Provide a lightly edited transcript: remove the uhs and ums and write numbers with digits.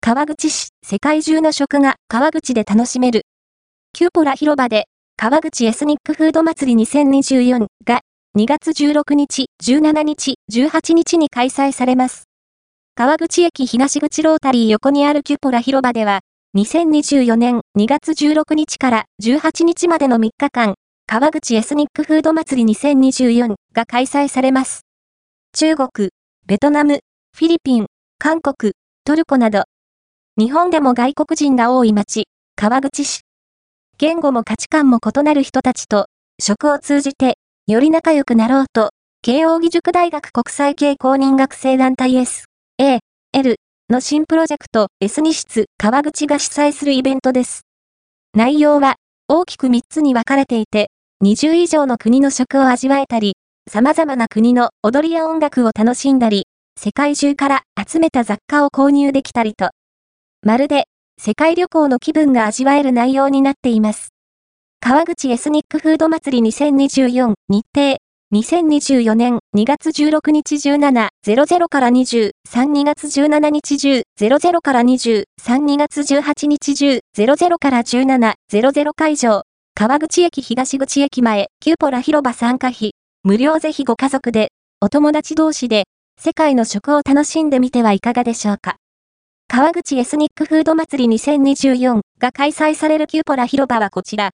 川口市、世界中の食が川口で楽しめる。キューポラ広場で、川口エスニックフード祭り2024が2月16日、17日、18日に開催されます。川口駅東口ロータリー横にあるキューポラ広場では、2024年2月16日から18日までの3日間、川口エスニックフード祭り2024が開催されます。中国、ベトナム、フィリピン、韓国、トルコなど、日本でも外国人が多い街、川口市。言語も価値観も異なる人たちと、食を通じて、より仲良くなろうと、慶應義塾大学国際系公認学生団体 S.A.L. の新プロジェクト S ニ室川口が主催するイベントです。内容は、大きく3つに分かれていて、20以上の国の食を味わえたり、様々な国の踊りや音楽を楽しんだり、世界中から集めた雑貨を購入できたりと、まるで世界旅行の気分が味わえる内容になっています。川口エスニックフード祭り2024日程、2024年2月16日17:00から20、2月17日10:00から20、2月18日10:00から17:00会場、川口駅東口駅前、キューポラ広場参加費、無料ぜひご家族で、お友達同士で、世界の食を楽しんでみてはいかがでしょうか。川口エスニックフード祭り2024が開催されるキューポラ広場はこちら。